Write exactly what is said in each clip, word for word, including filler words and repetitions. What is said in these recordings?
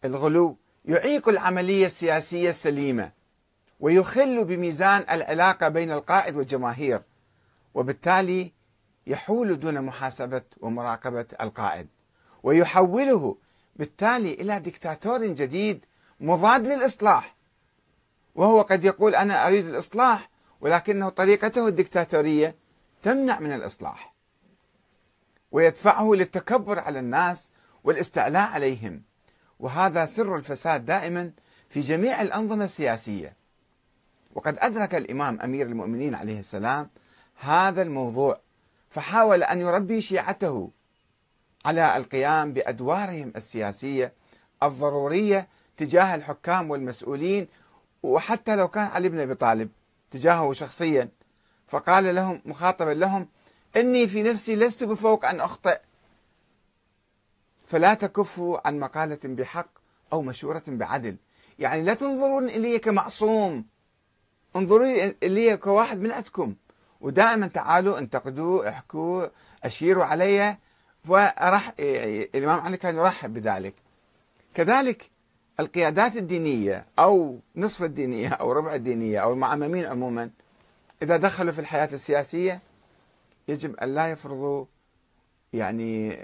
الغلو يعيق العملية السياسية السليمة، ويخل بميزان العلاقة بين القائد والجماهير، وبالتالي يحول دون محاسبة ومراقبة القائد، ويحوله بالتالي إلى ديكتاتور جديد مضاد للإصلاح. وهو قد يقول أنا أريد الإصلاح، ولكنه طريقته الدكتاتورية تمنع من الإصلاح، ويدفعه للتكبر على الناس والاستعلاء عليهم. وهذا سر الفساد دائما في جميع الأنظمة السياسية. وقد أدرك الإمام أمير المؤمنين عليه السلام هذا الموضوع، فحاول أن يربي شيعته على القيام بأدوارهم السياسية الضرورية تجاه الحكام والمسؤولين، وحتى لو كان علي بن أبي طالب تجاهه شخصيا، فقال لهم مخاطبا لهم: إني في نفسي لست بفوق أن أخطئ، فلا تكفوا عن مقالة بحق أو مشورة بعدل. يعني لا تنظرون إلي كمعصوم، انظروا إلي كواحد من عندكم، ودائما تعالوا انتقدوا، احكوا، أشيروا علي. ورح الإمام علي كان يرحب بذلك. كذلك القيادات الدينية أو نصف الدينية أو ربع الدينية أو المعممين عموما، إذا دخلوا في الحياة السياسية يجب أن لا يفرضوا يعني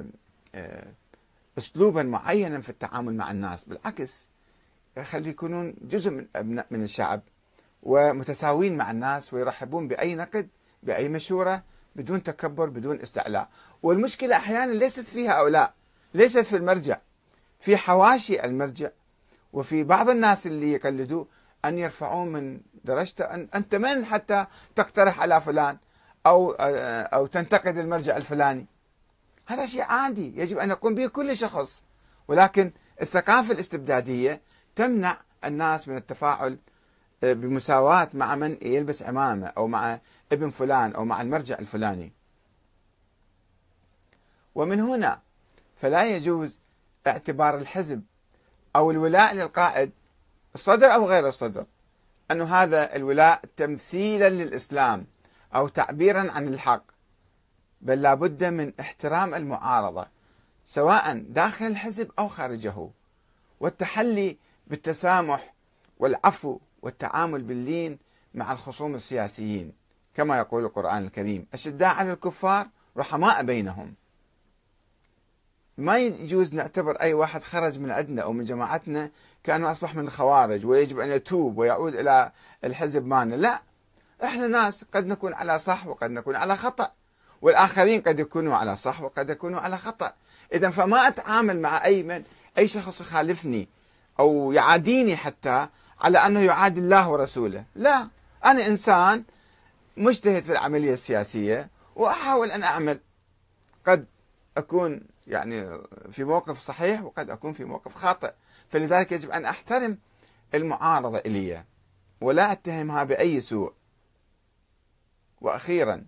أسلوبا معينا في التعامل مع الناس، بالعكس خلي يكونون جزء من أبناء من الشعب ومتساوين مع الناس، ويرحبون بأي نقد بأي مشورة بدون تكبر بدون استعلاء. والمشكلة أحيانا ليست في هؤلاء، ليست في المرجع، في حواشي المرجع وفي بعض الناس اللي يقلدوه، أن يرفعون من درجته أن أنت من حتى تقترح على فلان أو أو تنتقد المرجع الفلاني. هذا شيء عادي يجب أن يقوم به كل شخص، ولكن الثقافة الاستبدادية تمنع الناس من التفاعل بمساواة مع من يلبس عمامة أو مع ابن فلان أو مع المرجع الفلاني. ومن هنا فلا يجوز اعتبار الحزب أو الولاء للقائد الصدر أو غير الصدر أن هذا الولاء تمثيلا للإسلام أو تعبيرا عن الحق، بل لا بد من احترام المعارضة سواء داخل الحزب أو خارجه، والتحلي بالتسامح والعفو والتعامل باللين مع الخصوم السياسيين، كما يقول القرآن الكريم: أشداء على الكفار رحماء بينهم. ما يجوز نعتبر أي واحد خرج من عندنا أو من جماعتنا كأنه أصبح من الخوارج ويجب أن يتوب ويعود إلى الحزب مالنا. لا، إحنا ناس قد نكون على صح وقد نكون على خطأ، والآخرين قد يكونوا على صح وقد يكونوا على خطأ. إذا فما أتعامل مع أي من أي شخص يخالفني أو يعاديني حتى على أنه يعادي الله ورسوله. لا، أنا إنسان مجتهد في العملية السياسية وأحاول أن أعمل، قد أكون يعني في موقف صحيح وقد أكون في موقف خاطئ، فلذلك يجب أن أحترم المعارضة إلي ولا أتهمها بأي سوء. وأخيرا،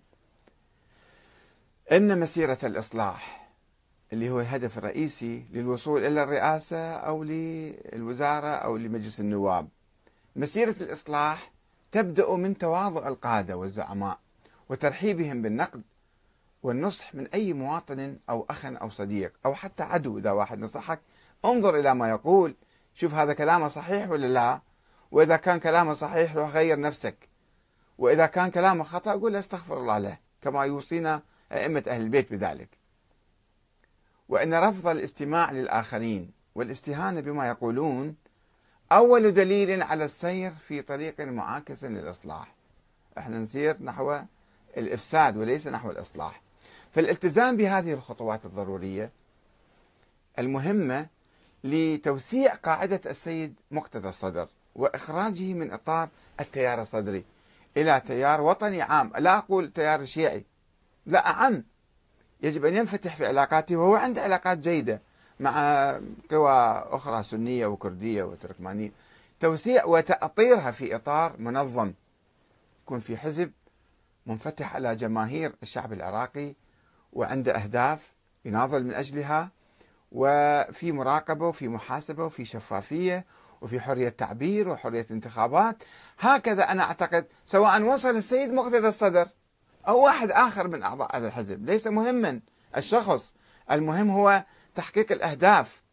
إن مسيرة الإصلاح اللي هو الهدف الرئيسي للوصول إلى الرئاسة أو للوزارة أو لمجلس النواب، مسيرة الإصلاح تبدأ من تواضع القادة والزعماء وترحيبهم بالنقد والنصح من أي مواطن أو أخ أو صديق أو حتى عدو. إذا واحد نصحك انظر إلى ما يقول، شوف هذا كلامه صحيح ولا لا، وإذا كان كلامه صحيح روح غير نفسك، وإذا كان كلامه خطأ قول استغفر الله له، كما يوصينا أئمة أهل البيت بذلك. وإن رفض الاستماع للآخرين والاستهانة بما يقولون أول دليل على السير في طريق معاكس للإصلاح. احنا نسير نحو الإفساد وليس نحو الإصلاح. فالالتزام بهذه الخطوات الضرورية المهمة لتوسيع قاعدة السيد مقتدى الصدر وإخراجه من إطار التيار الصدري إلى تيار وطني عام. لا أقول تيار شيعي، لا، أعم. يجب أن ينفتح في علاقاته، وهو عنده علاقات جيدة مع قوى أخرى سنية وكردية وتركمانية، توسيع وتأطيرها في إطار منظم، يكون في حزب منفتح على جماهير الشعب العراقي وعنده أهداف يناضل من أجلها، وفي مراقبة وفي محاسبة وفي شفافية وفي حرية تعبير وحرية انتخابات. هكذا أنا أعتقد سواء وصل السيد مقتدى الصدر أو واحد آخر من أعضاء هذا الحزب، ليس مهما الشخص، المهم هو تحقيق الأهداف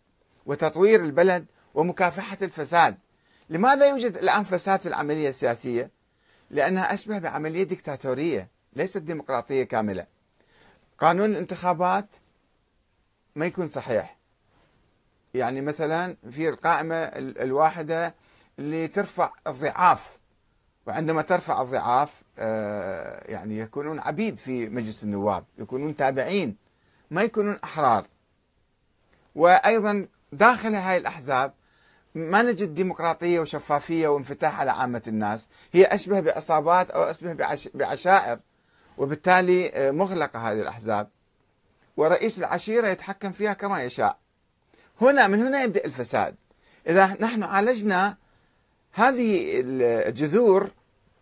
وتطوير البلد ومكافحة الفساد. لماذا يوجد الآن فساد في العملية السياسية؟ لأنها أشبه بعملية ديكتاتورية ليست ديمقراطية كاملة. قانون الانتخابات ما يكون صحيح، يعني مثلا في القائمة الواحدة اللي ترفع الضعاف، وعندما ترفع الضعاف يعني يكونون عبيد في مجلس النواب، يكونون تابعين ما يكونون أحرار. وأيضا داخل هاي الأحزاب ما نجد ديمقراطية وشفافية وانفتاح على عامة الناس، هي أشبه بعصابات أو أشبه بعشائر، وبالتالي مغلقة هذه الأحزاب، ورئيس العشيرة يتحكم فيها كما يشاء. هنا من هنا يبدأ الفساد. إذا نحن عالجنا هذه الجذور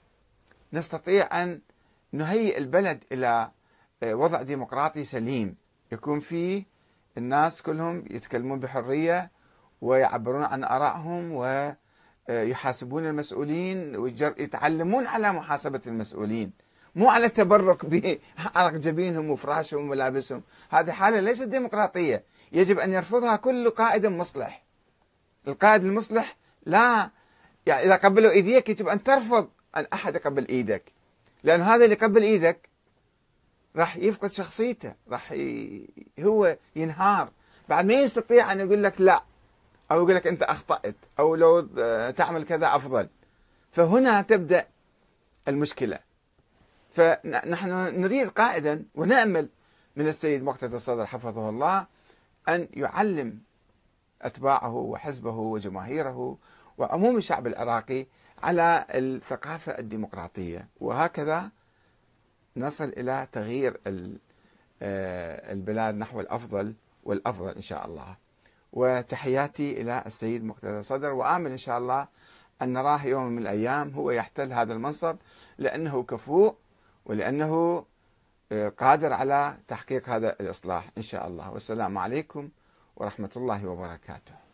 نستطيع أن نهيئ البلد إلى وضع ديمقراطي سليم، يكون فيه الناس كلهم يتكلمون بحرية ويعبرون عن آرائهم ويحاسبون المسؤولين ويتعلمون على محاسبة المسؤولين، مو على التبرك بعرق جبينهم وفراشهم وملابسهم. هذه حالة ليست ديمقراطية، يجب أن يرفضها كل قائد مصلح. القائد المصلح لا، يعني إذا قبلوا إيديك يجب أن ترفض أن أحد يقبل إيدك، لأن هذا اللي يقبل إيدك راح يفقد شخصيته، راح ي... هو ينهار، بعد ما يستطيع أن يقول لك لا، أو يقول لك أنت أخطأت، أو لو تعمل كذا أفضل. فهنا تبدأ المشكلة. فنحن نريد قائدا ونأمل من السيد مقتدى الصدر حفظه الله أن يعلم أتباعه وحزبه وجماهيره وعموم الشعب العراقي على الثقافة الديمقراطية، وهكذا نصل إلى تغيير البلاد نحو الأفضل والأفضل إن شاء الله. وتحياتي إلى السيد مقتدى الصدر، وآمل إن شاء الله أن نراه يوم من الأيام هو يحتل هذا المنصب، لأنه كفؤ ولأنه قادر على تحقيق هذا الإصلاح إن شاء الله. والسلام عليكم ورحمة الله وبركاته.